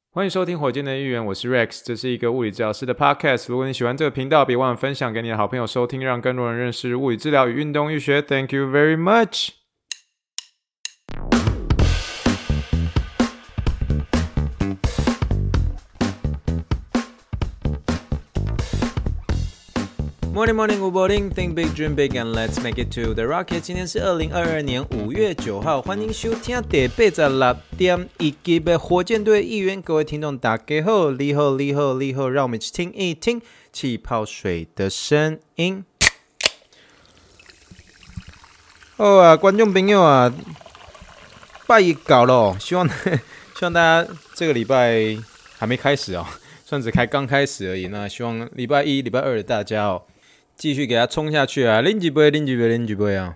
欢迎收听火箭的议员，我是 Rex， 这是一个物理治疗师的 podcast。如果你喜欢这个频道，别忘了分享给你的好朋友收听，让更多人认识物理治疗与运动医学。Thank you very much。Morning, morning, good morning. Think big, dream big, and let's make it to the rocket. 今天是2022年5月9号，欢迎收听第86点1集的火箭队议员。各位听众，大家好，你好，你好，你好，让我们一起听一听气泡水的声音。好啊，观众朋友啊，拜一搞了，希望大家这个礼拜还没开始哦，算只刚开始而已。那希望礼拜一、礼拜二的大家哦。继续给它冲下去啊！拎几杯，拎几杯，拎几杯啊！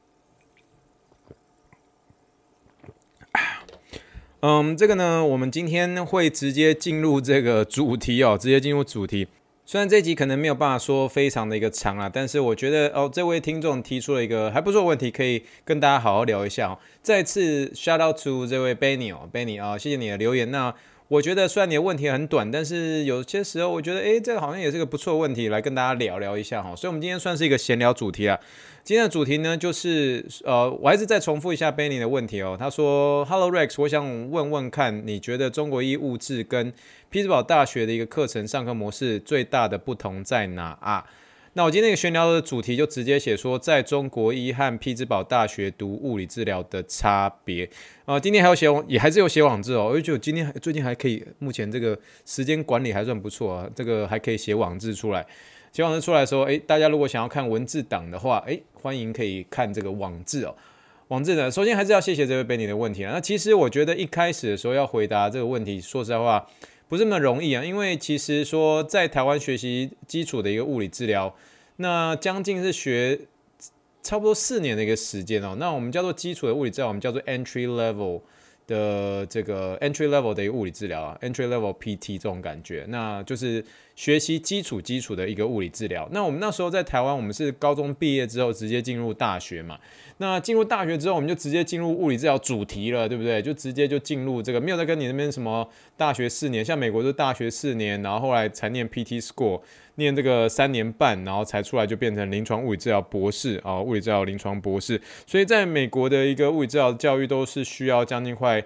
这个呢，我们今天会直接进入这个主题哦，直接进入主题。虽然这集可能没有办法说非常的一个长啦，但是我觉得这位听众提出了一个还不错的问题，可以跟大家好好聊一下哦。再次 shout out to 这位 Benny 哦 ，Benny 啊，谢谢你的留言。那我觉得虽然你的问题很短，但是有些时候我觉得，这个好像也是个不错的问题，来跟大家聊聊一下哈。所以，我们今天算是一个闲聊主题啦。今天的主题呢，就是我还是再重复一下 Benny 的问题哦。他说 ：“Hello Rex， 我想问问看，你觉得中国医物质跟匹兹堡大学的一个课程上课模式最大的不同在哪啊？”那我今天那个闲聊的主题就直接写说，在中国医和匹兹堡大学读物理治疗的差别。今天还有写，也还是有写网志哦。而且最近还可以，目前这个时间管理还算不错啊。这个还可以写网志出来。写网志出来的时候，大家如果想要看文字档的话，欢迎可以看这个网志哦。网志呢，首先还是要谢谢这位Benny的问题啊。那其实我觉得一开始的时候要回答这个问题，说实在话不是那么容易啊。因为其实说在台湾学习基础的一个物理治疗，那将近是学差不多4年的一个时间哦。那我们叫做基础的物理治疗，我们叫做 entry level 的这个 entry level 的一个物理治疗啊 ，entry level PT 这种感觉，那就是学习基础的一个物理治疗。那我们那时候在台湾，我们是高中毕业之后直接进入大学嘛。那进入大学之后，我们就直接进入物理治疗主题了，对不对？就直接就进入这个，没有再跟你那边什么大学4年，像美国就是大学4年，然后后来才念 PT School， 念这个3年半，然后才出来就变成臨床物理治疗博士啊，物理治疗临床博士。所以在美国的一个物理治疗教育都是需要将近快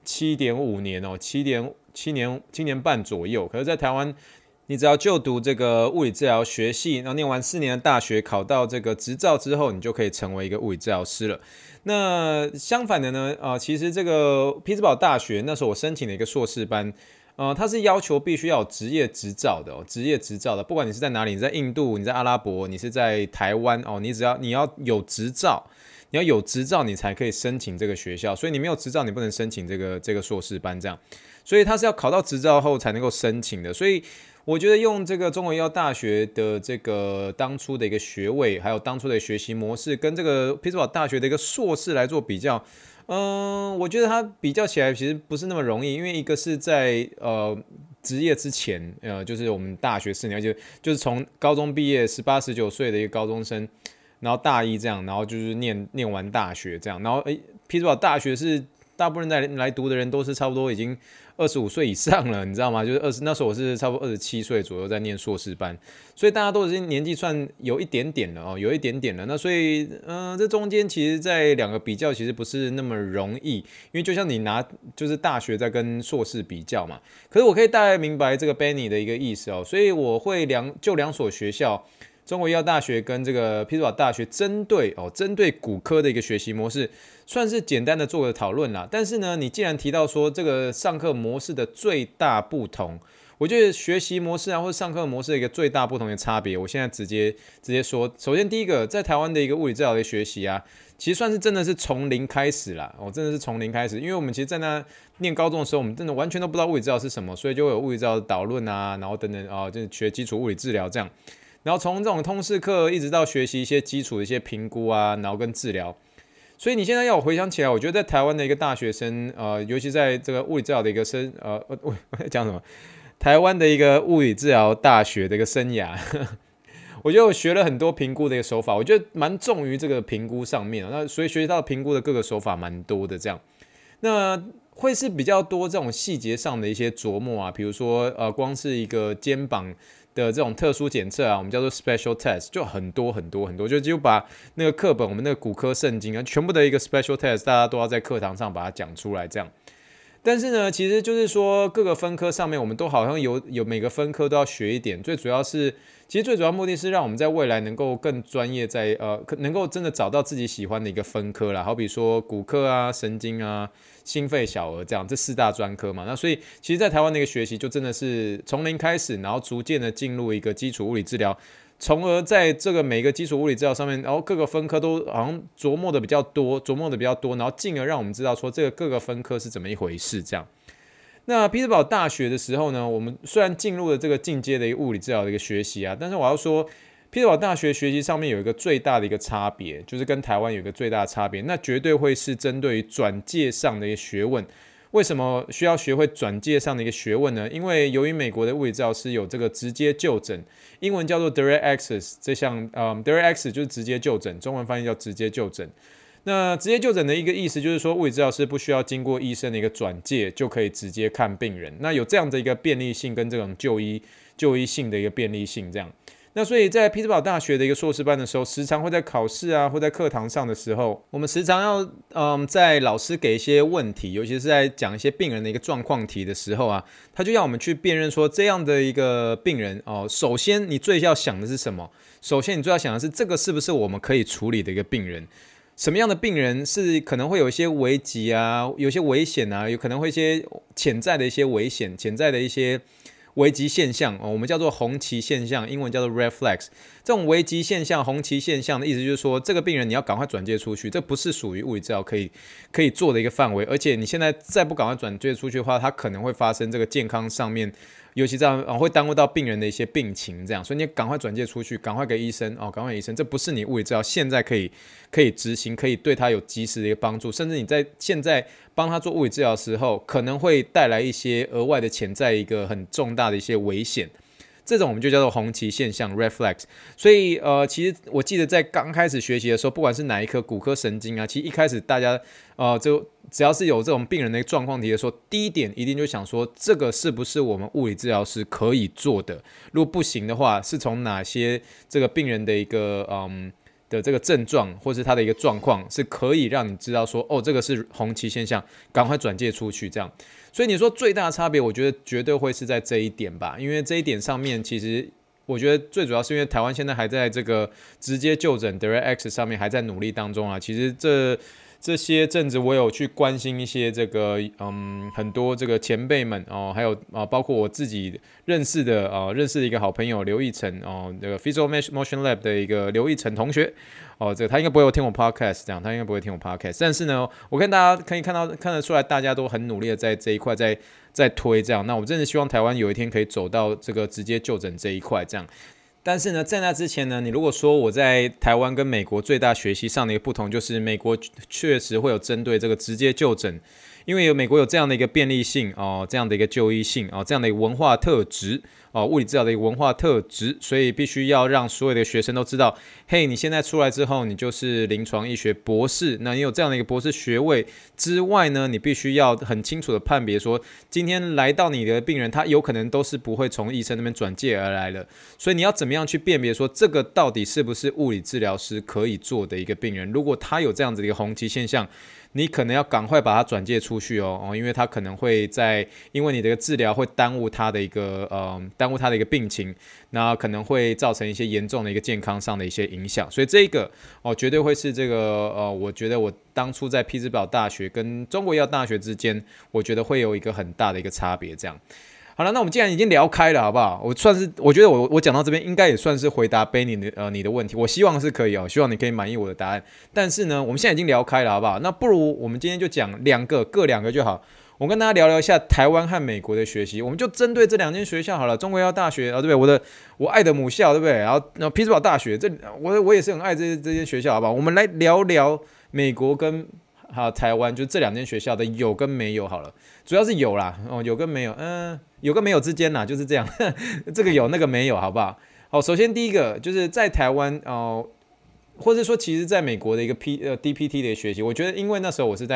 7.5年哦，7年半左右。可是，在台湾，你只要就读这个物理治疗学系，然后念完4年的大学，考到这个执照之后，你就可以成为一个物理治疗师了。那相反的呢，其实这个匹兹堡大学那时候我申请了一个硕士班，它是要求必须要有职业执照的哦，职业执照的，不管你是在哪里，你在印度，你在阿拉伯，你是在台湾哦，你要有执照。你要有执照，你才可以申请这个学校，所以你没有执照，你不能申请这个硕士班这样。所以它是要考到执照后才能够申请的。所以我觉得用这个中国医药大学的这个当初的一个学位，还有当初的学习模式，跟这个匹兹堡大学的一个硕士来做比较，我觉得它比较起来其实不是那么容易，因为一个是在职业之前，就是我们大学4年，就是从高中毕业18、19岁的一个高中生。然后大一这样，然后就是念完大学这样，然后匹兹堡大学是大部分来读的人都是差不多已经25岁以上了，你知道吗？就是那时候我是差不多27岁左右在念硕士班，所以大家都已经年纪算有一点点了哦，有一点点了。那所以这中间其实在2个比较其实不是那么容易，因为就像你拿就是大学在跟硕士比较嘛。可是我可以大概明白这个 Benny 的一个意思哦，所以我会就2所学校。中国医药大学跟这个匹兹堡大学针对骨科的一个学习模式，算是简单的做个讨论啦。但是呢，你既然提到说这个上课模式的最大不同，我觉得学习模式啊或者上课模式的一个最大不同的差别，我现在直接说。首先第一个，在台湾的一个物理治疗的学习啊，其实算是真的是从零开始啦，真的是从零开始，因为我们其实在那念高中的时候，我们真的完全都不知道物理治疗是什么，所以就会有物理治疗的导论啊，然后等等啊，就是学基础物理治疗这样。然后从这种通识课一直到学习一些基础的一些评估啊，然后跟治疗，所以你现在要我回想起来，我觉得在台湾的一个大学生，尤其在这个物理治疗的一个我在讲什么？台湾的一个物理治疗大学的一个生涯，我觉得我学了很多评估的一个手法，我觉得蛮重于这个评估上面，那所以学习到评估的各个手法蛮多的这样。那会是比较多这种细节上的一些琢磨啊，比如说光是一个肩膀的这种特殊检测啊，我们叫做 special test， 就很多很多很多，就几乎把那个课本，我们那个骨科圣经啊，全部的一个 special test， 大家都要在课堂上把它讲出来这样。但是呢，其实就是说各个分科上面，我们都好像有每个分科都要学一点。最主要是，其实最主要目的是让我们在未来能够更专业在，能够真的找到自己喜欢的一个分科啦。好比说骨科啊、神经啊、心肺小儿这样，这4大专科嘛。那所以，其实，在台湾的一个学习就真的是从零开始，然后逐渐的进入一个基础物理治疗。从而在这个每个基础物理治疗上面，然后各个分科都好像琢磨的比较多，然后进而让我们知道说这个各个分科是怎么一回事。这样，那匹兹堡大学的时候呢，我们虽然进入了这个进阶的一个物理治疗的一个学习啊，但是我要说，匹兹堡大学学习上面有一个最大的一个差别，就是跟台湾有一个最大的差别，那绝对会是针对于转介上的一个学问。为什么需要学会转介上的一个学问呢？因为由于美国的物理治疗师有这个直接就诊，英文叫做 direct access， 这项direct access 就是直接就诊，中文翻译叫直接就诊。那直接就诊的一个意思就是说，物理治疗师不需要经过医生的一个转介，就可以直接看病人。那有这样的一个便利性跟这种就医性的一个便利性，这样。那所以在匹兹堡大学的一个硕士班的时候，时常会在考试啊，或在课堂上的时候，我们时常要在老师给一些问题，尤其是在讲一些病人的一个状况题的时候啊，他就要我们去辨认说这样的一个病人哦，首先你最要想的是什么？首先你最要想的是这个是不是我们可以处理的一个病人？什么样的病人是可能会有一些危急啊，有些危险啊，有可能会一些潜在的一些危险，潜在的一些危急现象我们叫做红旗现象，英文叫做 red flags。这种危急现象、红旗现象的意思就是说，这个病人你要赶快转介出去，这不是属于物理治疗可以做的一个范围。而且你现在再不赶快转介出去的话，它可能会发生这个健康上面，尤其这样会耽误到病人的一些病情，这样，所以你赶快转介出去，赶快给医生赶快给医生，这不是你物理治疗现在可以执行，可以对他有及时的一个帮助，甚至你在现在帮他做物理治疗的时候，可能会带来一些额外的潜在一个很重大的一些危险。这种我们就叫做红旗现象 red flags。 所以其实我记得在刚开始学习的时候，不管是哪一科骨科神经啊，其实一开始大家就只要是有这种病人的状况题的时候，第一点一定就想说，这个是不是我们物理治疗师可以做的？如果不行的话，是从哪些这个病人的一个的这个症状或是他的一个状况是可以让你知道说，这个是红旗现象，赶快转介出去这样。所以你说最大的差别，我觉得绝对会是在这一点吧，因为这一点上面，其实我觉得最主要是因为台湾现在还在这个直接就诊 Direct Access 上面还在努力当中啊。其实这些阵子我有去关心一些这个很多这个前辈们还有包括我自己认识的一个好朋友刘义成这个 Physical Motion Lab 的一个刘义成同学这个他应该不会有听我 podcast 这样，他应该不会听我 podcast， 但是呢，我跟大家可以看得出来，大家都很努力的在这一块在推这样。那我真的希望台湾有一天可以走到这个直接就诊这一块这样。但是呢，在那之前呢，你如果说我在台湾跟美国最大学习上的一个不同，就是美国确实会有针对这个直接就诊，因为美国有这样的一个便利性这样的一个就医性这样的一个文化特质物理治疗的一个文化特质，所以必须要让所有的学生都知道，嘿，你现在出来之后，你就是临床医学博士，那你有这样的一个博士学位之外呢，你必须要很清楚的判别说，今天来到你的病人，他有可能都是不会从医生那边转介而来的，所以你要怎么样去辨别说，这个到底是不是物理治疗师可以做的一个病人？如果他有这样子的一个红旗现象，你可能要赶快把它转介出去因为他可能会因为你的治疗会耽误他的一个病情，那可能会造成一些严重的一个健康上的一些影响，所以这个绝对会是这个我觉得我当初在匹兹堡大学跟中国医药大学之间，我觉得会有一个很大的一个差别这样。好了，那我们既然已经聊开了，好不好？我觉得我讲到这边应该也算是回答你的问题，我希望是可以希望你可以满意我的答案。但是呢，我们现在已经聊开了，好不好？那不如我们今天就讲各两个就好。我跟大家聊聊一下台湾和美国的学习，我们就针对这两间学校好了，中国医药大学对不对？我爱的母校，对不对？然后匹兹堡大学，我也是很爱这间学校，好不好？我们来聊聊美国跟台湾，就这两间学校的有跟没有好了，主要是有啦，有跟没有，有跟没有之间啦，就是这样，这个有那个没有，好不好？好，首先第一个就是在台湾或者说其实在美国的一个DPT 的学习，我觉得因为那时候我是在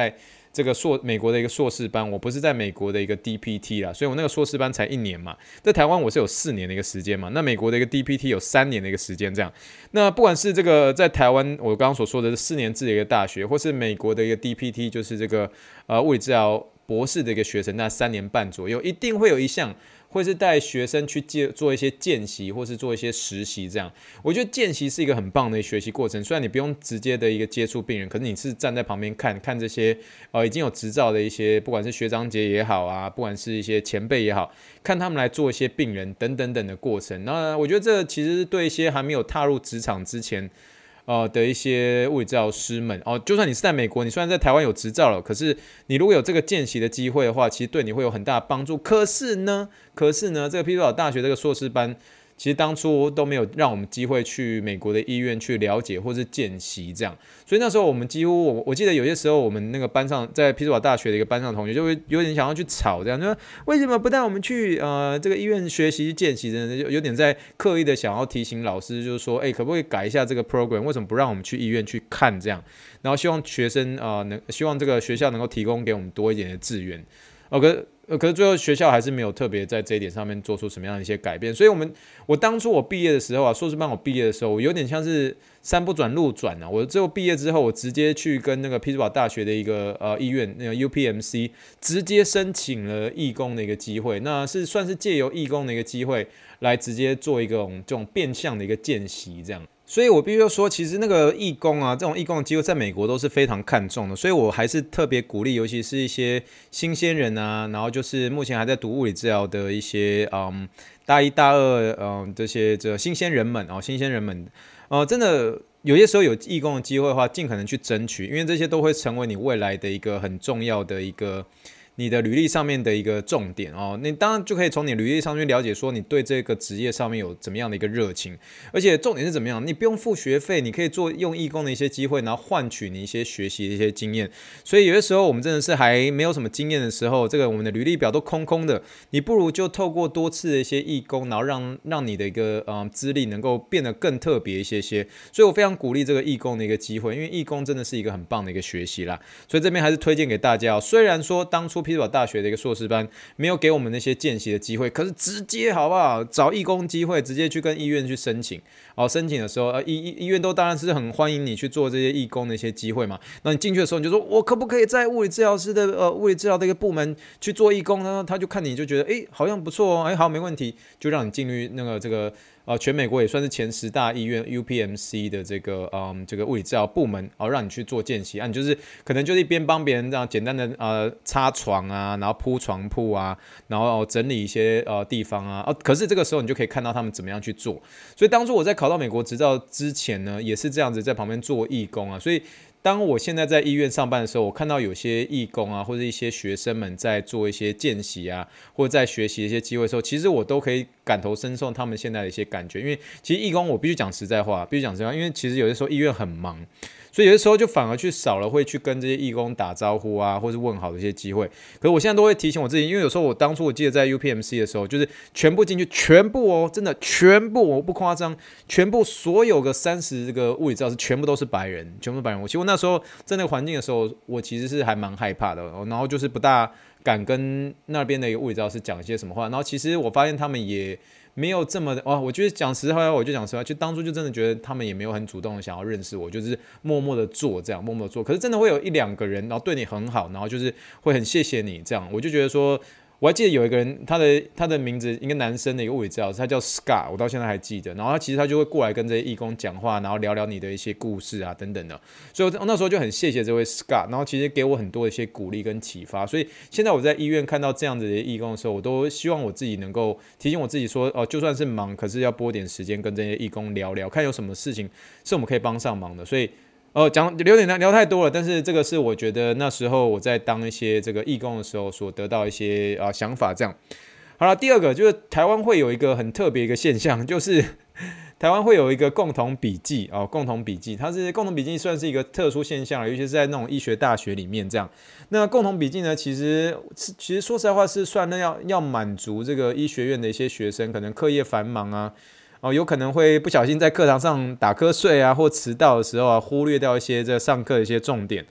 这个美国的一个硕士班，我不是在美国的一个 DPT 啦，所以我那个硕士班才1年嘛，在台湾我是有4年的一个时间嘛，那美国的一个 DPT 有3年的一个时间这样。那不管是这个在台湾我刚刚所说的4年制的一个大学，或是美国的一个 DPT， 就是这个物理治疗博士的一个学程，那3年半左右，一定会有一项会是带学生去做一些见习，或是做一些实习这样。我觉得见习是一个很棒的学习过程，虽然你不用直接的一个接触病人，可是你是站在旁边看这些已经有执照的一些，不管是学长姐也好啊，不管是一些前辈也好，看他们来做一些病人等等等的过程。那我觉得这其实对一些还没有踏入职场之前的一些物理治疗师们就算你是在美国，你虽然在台湾有执照了，可是你如果有这个见习的机会的话，其实对你会有很大的帮助。可是呢，这个匹兹堡大学这个硕士班，其实当初都没有让我们机会去美国的医院去了解或是见习这样，所以那时候我们几乎我记得有些时候我们那个班上在匹兹堡大学的一个班上的同学就会有点想要去吵这样，就说为什么不带我们去这个医院学习见习，真的有点在刻意的想要提醒老师，就是说可不可以改一下这个 program， 为什么不让我们去医院去看这样，然后希望学生希望这个学校能够提供给我们多一点的资源。可是最后学校还是没有特别在这一点上面做出什么样的一些改变，所以我当初我毕业的时候硕士班我毕业的时候，我有点像是山不转路转我最后毕业之后，我直接去跟那个匹兹堡大学的一个医院那个 UPMC 直接申请了义工的一个机会，那是算是借由义工的一个机会来直接做一个这种变相的一个见习这样。所以我必须说，其实那个义工这种义工的机会在美国都是非常看重的，所以我还是特别鼓励，尤其是一些新鲜人然后就是目前还在读物理治疗的一些大一大二这些新鲜人们真的有些时候有义工的机会的话，尽可能去争取，因为这些都会成为你未来的一个很重要的一个你的履历上面的一个重点你当然就可以从你履历上面了解说你对这个职业上面有怎么样的一个热情，而且重点是怎么样，你不用付学费，你可以用义工的一些机会，然后换取你一些学习的一些经验。所以有些时候我们真的是还没有什么经验的时候，这个我们的履历表都空空的，你不如就透过多次的一些义工，然后让你的一个资历能够变得更特别一些。所以我非常鼓励这个义工的一个机会，因为义工真的是一个很棒的一个学习啦。所以这边还是推荐给大家虽然说当初匹兹堡大学的一个硕士班没有给我们那些见习的机会，可是直接好不好找义工机会，直接去跟医院去申请申请的时候医院都当然是很欢迎你去做这些义工的一些机会嘛。那你进去的时候你就说我可不可以在物理治疗师的物理治疗的一个部门去做义工呢？他就看你就觉得好像不错好没问题，就让你进入那个这个全美国也算是前10大医院 UPMC 的这个物理治疗部门让你去做见习你就是可能就是一边帮别人这样简单的擦床然后铺床铺然后整理一些地方可是这个时候你就可以看到他们怎么样去做。所以当初我在考到美国执照之前呢，也是这样子在旁边做义工所以当我现在在医院上班的时候，我看到有些义工或者一些学生们在做一些见习或者在学习一些机会的时候，其实我都可以感同身受他们现在的一些感觉。因为其实义工我必须讲实在话，因为其实有些时候医院很忙，所以有的时候就反而去少了会去跟这些义工打招呼或是问好的一些机会。可是我现在都会提醒我自己，因为有时候我当初我记得在 UPMC 的时候，就是全部进去，全部真的全部我不夸张，全部所有个30个物理治疗师全部都是白人，全部都是白人。其实我那时候在那个环境的时候，我其实是还蛮害怕的，然后就是不大敢跟那边的一个物理治疗师讲一些什么话。然后其实我发现他们也没有这么的我觉得讲实话，就当初就真的觉得他们也没有很主动的想要认识我，就是默默的做这样，默默的做。可是真的会有1-2个人，然后对你很好，然后就是会很谢谢你这样。我就觉得说，我还记得有一个人，他的名字一个男生的一个物理治疗师，他叫 Scott， 我到现在还记得。然后其实他就会过来跟这些义工讲话，然后聊聊你的一些故事等等的。所以我那时候就很谢谢这位 Scott， 然后其实给我很多的一些鼓励跟启发。所以现在我在医院看到这样子的义工的时候，我都希望我自己能够提醒我自己说，就算是忙，可是要拨点时间跟这些义工聊聊，看有什么事情是我们可以帮上忙的。所以聊太多了，但是这个是我觉得那时候我在当一些这个义工的时候所得到一些想法这样。好了，第二个就是台湾会有一个很特别一个现象，就是台湾会有一个共同笔记共同笔记，它是共同笔记算是一个特殊现象，尤其是在那种医学大学里面这样。那共同笔记呢，其实说实在话是算要满足这个医学院的一些学生可能课业繁忙有可能会不小心在课堂上打瞌睡或迟到的时候忽略掉一些这上课的一些重点。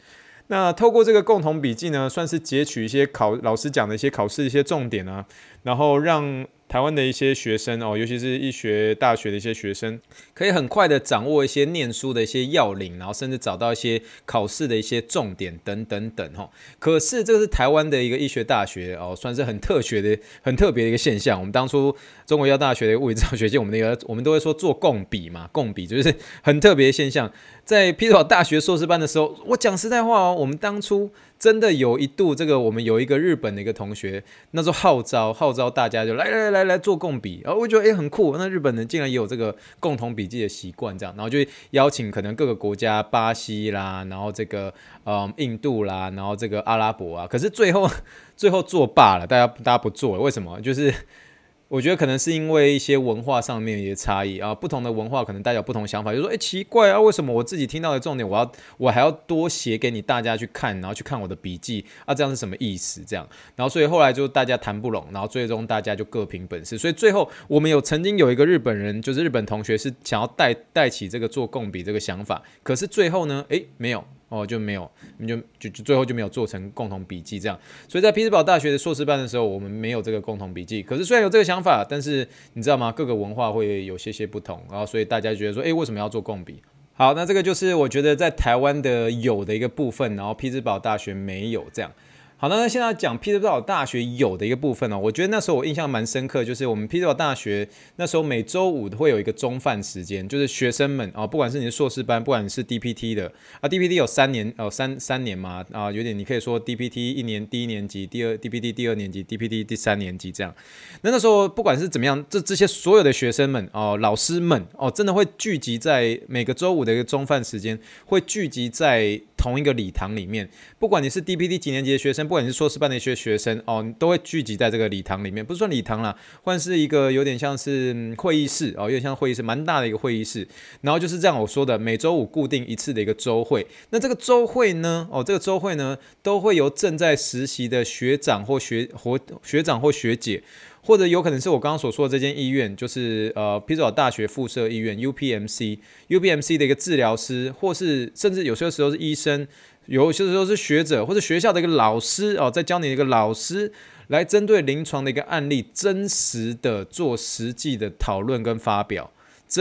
那透过这个共同笔记呢，算是截取一些老师讲的一些考试的一些重点啊，然后让台湾的一些学生哦，尤其是医学大学的一些学生，可以很快的掌握一些念书的一些要领，然后甚至找到一些考试的一些重点等等等哈。可是这个是台湾的一个医学大学哦，算是很特别的一个现象。我们当初中国医药大学的物理治疗学界，我们都会说做共笔嘛，共笔就是很特别的现象。在匹兹堡大学硕士班的时候，我讲实在话哦，我们当初真的有一度，我们有一个日本的一个同学，那时候号召大家就来做共笔，然后我觉得很酷，那日本人竟然也有这个共同笔记的习惯，这样，然后就邀请可能各个国家，巴西啦，然后印度啦，然后这个阿拉伯啊，可是最后作罢了，大家不做了，为什么？就是我觉得可能是因为一些文化上面的差异啊，不同的文化可能大家有不同想法，就说奇怪啊，为什么我自己听到的重点我还要多写给你大家去看，然后去看我的笔记啊，这样是什么意思？这样，然后所以后来就大家谈不拢，然后最终大家就各凭本事，所以最后我们曾经有一个日本人，就是日本同学是想要带起这个做共笔这个想法，可是最后呢，没有。就没有，就最后就没有做成共同笔记这样，所以在匹兹堡大学的硕士班的时候，我们没有这个共同笔记。可是虽然有这个想法，但是你知道吗？各个文化会有些不同，然后所以大家觉得说，为什么要做共笔？好，那这个就是我觉得在台湾的有的一个部分，然后匹兹堡大学没有这样。好，那现在讲匹兹堡大学有的一个部分我觉得那时候我印象蛮深刻，就是我们匹兹堡大学那时候每周五会有一个中饭时间，就是学生们不管是你是硕士班，不管你是 DPT 的DPT 有3年三年嘛有点你可以说 DPT 第一年级，DPT 第2年级，DPT 第3年级这样。那时候不管是怎么样，这些所有的学生们老师们真的会聚集在每个周五的一个中饭时间，会聚集在同一个礼堂里面，不管你是 DPT 几年级的学生，不管你是硕士班的一些学生都会聚集在这个礼堂里面，不是说礼堂啦，换是一个有点像是会议室有点像会议室，蛮大的一个会议室。然后就是这样我说的，每周五固定一次的一个周会。那这个周会呢，都会由正在实习的学长或学姐，或者有可能是我刚刚所说的这间医院，就是匹兹堡大学附设医院 UPMC 的一个治疗师，或是甚至有些时候是医生，有些时候是学者或者学校的一个老师在教你的一个老师，来针对临床的一个案例，真实的做实际的讨论跟发表。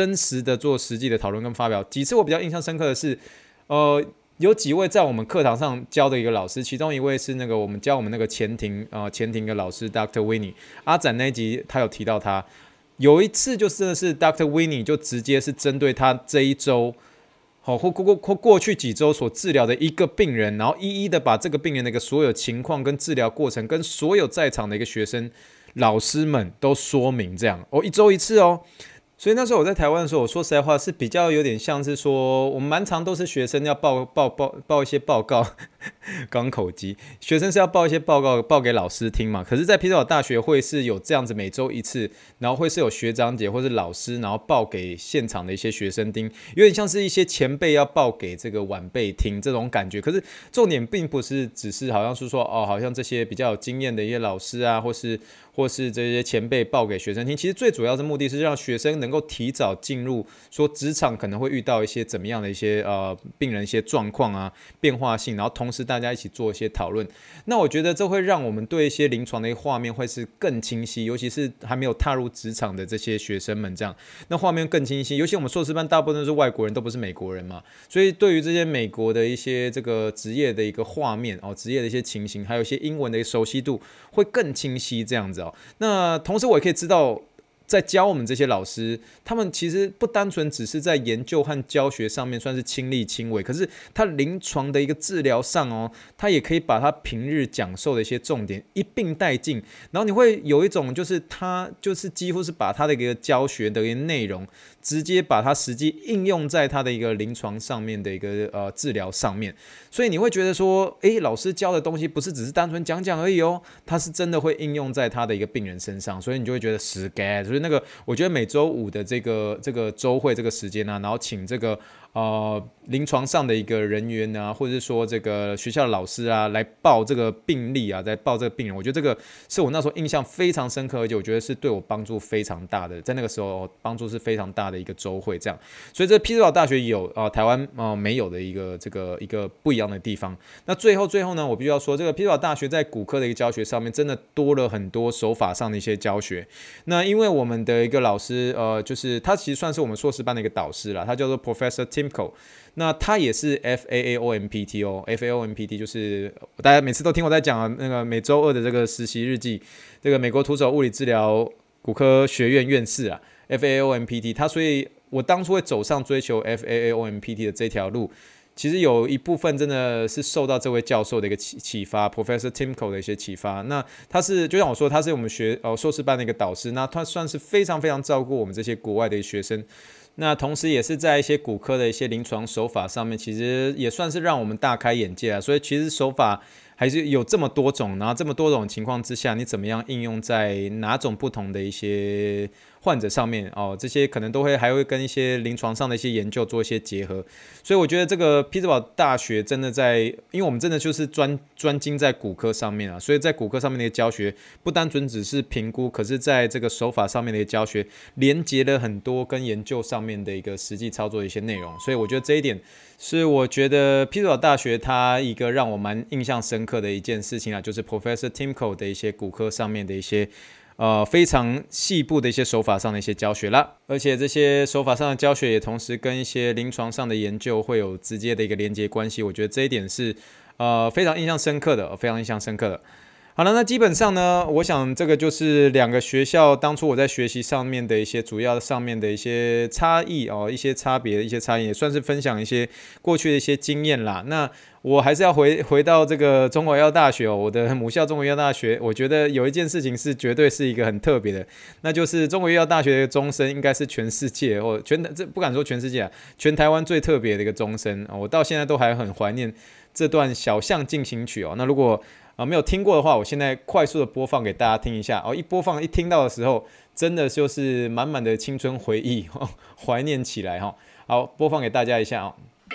几次我比较印象深刻的是，有几位在我们课堂上教的一个老师，其中一位是我们教我们那个前庭的老师 Dr. Winnie。阿展那一集他有提到他，有一次就真的是 Dr. Winnie 就直接是针对他这一周或过去几周所治疗的一个病人，然后一一的把这个病人的一个所有情况跟治疗过程跟所有在场的一个学生老师们都说明，这样一周一次所以那时候我在台湾的时候，我说实在话是比较有点像是说，我们蛮常都是学生要报一些报告，刚口急，学生是要报一些报告报给老师听嘛。可是，在匹兹堡大学会是有这样子每周一次，然后会是有学长姐或是老师，然后报给现场的一些学生听，有点像是一些前辈要报给这个晚辈听这种感觉。可是重点并不是只是好像是说好像这些比较有经验的一些老师啊，或是这些前辈报给学生听，其实最主要的目的是让学生能够提早进入说职场可能会遇到一些怎么样的一些病人一些状况啊变化性，然后同时大家一起做一些讨论。那我觉得这会让我们对一些临床的一个画面会是更清晰，尤其是还没有踏入职场的这些学生们，这样那画面更清晰。尤其我们硕士班大部分都是外国人，都不是美国人嘛，所以对于这些美国的一些这个职业的一个画面职业的一些情形，还有一些英文的熟悉度会更清晰这样子那同时我也可以知道，在教我们这些老师，他们其实不单纯只是在研究和教学上面算是亲力亲为，可是他临床的一个治疗上他也可以把他平日讲授的一些重点一并带进，然后你会有一种就是他就是几乎是把他的一个教学的一个内容直接把它实际应用在他的一个临床上面的一个治疗上面，所以你会觉得说，老师教的东西不是只是单纯讲讲而已他是真的会应用在他的一个病人身上，所以你就会觉得实干。所以我觉得每周五的这个周会这个时间然后请这个临床上的一个人员啊，或者是说这个学校的老师啊，来报这个病例啊，来报这个病人，我觉得这个是我那时候印象非常深刻，而且我觉得是对我帮助非常大的，在那个时候帮助是非常大的一个周会这样。所以这匹兹堡大学有台湾没有的一个不一样的地方。那最后呢，我必须要说，这个匹兹堡大学在骨科的一个教学上面，真的多了很多手法上的一些教学。那因为我们的一个老师就是他其实算是我们硕士班的一个导师啦，他叫做 Professor Timko。那他也是 FAAOMPT 哦 ，FAAOMPT 就是大家每次都听我在讲那个每周二的这个实习日记，这个美国徒手物理治疗骨科学院院士啊 ，FAAOMPT 他，所以我当初会走上追求 FAAOMPT 的这条路，其实有一部分真的是受到这位教授的一个启发 ，Professor Timko 的一些启发。那他是就像我说，他是我们硕士班的一个导师，那他算是非常非常照顾我们这些国外的学生。那同时也是在一些骨科的一些临床手法上面，其实也算是让我们大开眼界啊。所以其实手法还是有这么多种，然后这么多种情况之下，你怎么样应用在哪种不同的一些患者上面哦？这些可能都还会跟一些临床上的一些研究做一些结合。所以我觉得这个匹兹堡大学真的在，因为我们真的就是专精在骨科上面啊，所以在骨科上面的一个教学，不单纯只是评估，可是在这个手法上面的一个教学，连接了很多跟研究上面的一个实际操作的一些内容。所以我觉得这一点是我觉得匹兹堡大学它一个让我蛮印象深刻的一件事情啊，就是 Professor Timko 的一些骨科上面的一些非常细部的一些手法上的一些教学啦，而且这些手法上的教学也同时跟一些临床上的研究会有直接的一个连接关系，我觉得这一点是非常印象深刻的，非常印象深刻的。好了，那基本上呢，我想这个就是两个学校当初我在学习上面的一些主要上面的一些差异哦，一些差别，一些差异，也算是分享一些过去的一些经验啦。那我还是要回到这个中国医药大学哦，我的母校中国医药大学，我觉得有一件事情是绝对是一个很特别的，那就是中国医药大学的钟声应该是全世界或这不敢说全世界啊，全台湾最特别的一个钟声哦，我到现在都还很怀念这段小巷进行曲哦。那如果没有听过的话，我现在快速的播放给大家听一下哦。一播放一听到的时候，真的就是满满的青春回忆，怀念起来哈。好，播放给大家一下哦。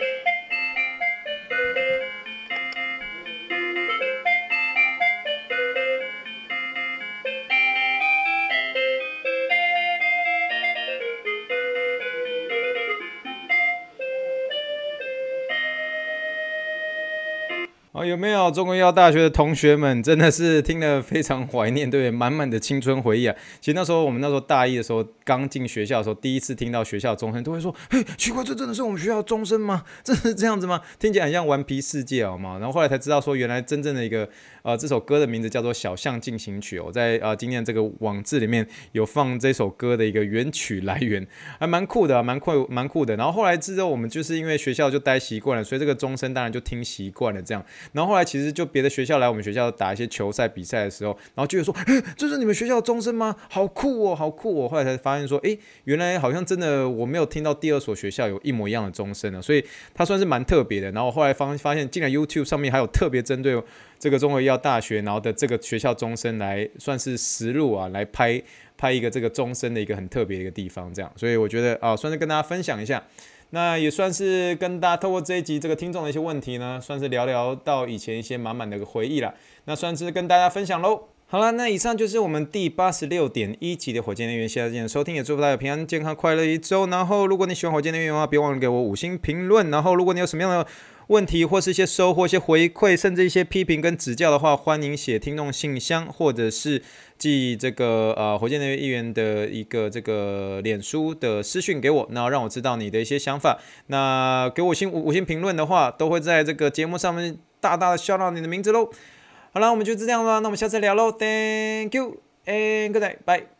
有没有中国医药大学的同学们真的是听了非常怀念，对不对？满满的青春回忆啊！其实我们那时候大一的时候，刚进学校的时候，第一次听到学校的钟声，都会说：“嘿，奇怪，这真的是我们学校的钟声吗？真的是这样子吗？”听起来很像顽皮世界好吗？然后后来才知道说，原来真正的一个这首歌的名字叫做《小巷进行曲》哦，在今天这个网志里面有放这首歌的一个原曲来源，还蛮酷的，蛮酷的。然后后来之后，我们就是因为学校就待习惯了，所以这个钟声当然就听习惯了这样。然后后来其实就别的学校来我们学校打一些球赛比赛的时候，然后就会说：“这是你们学校的钟声吗？好酷哦，好酷哦！”后来才发现说：“原来好像真的我没有听到第二所学校有一模一样的钟声了，所以它算是蛮特别的。”然后后来发现，竟然 YouTube 上面还有特别针对这个中国医药大学然后的这个学校钟声来算是实录啊，来拍一个这个钟声的一个很特别的一个地方，这样。所以我觉得算是跟大家分享一下。那也算是跟大家透过这一集这个听众的一些问题呢，算是聊到以前一些满满的回忆啦。那算是跟大家分享咯。好啦，那以上就是我们第86.1集的火箭队员，谢谢大家的收听，也祝福大家平安健康快乐一周。然后如果你喜欢火箭队员的话，别忘了给我5星评论。然后如果你有什么样的问题或是一些收获、一些回馈，甚至一些批评跟指教的话，欢迎写听众信箱，或者是寄这个火箭队议员的一个这个脸书的私讯给我，然后让我知道你的一些想法。那给我五星评论的话，都会在这个节目上面大大的shout out你的名字咯。好了，我们就这样了，那我们下次聊咯 ，Thank you and good night， bye。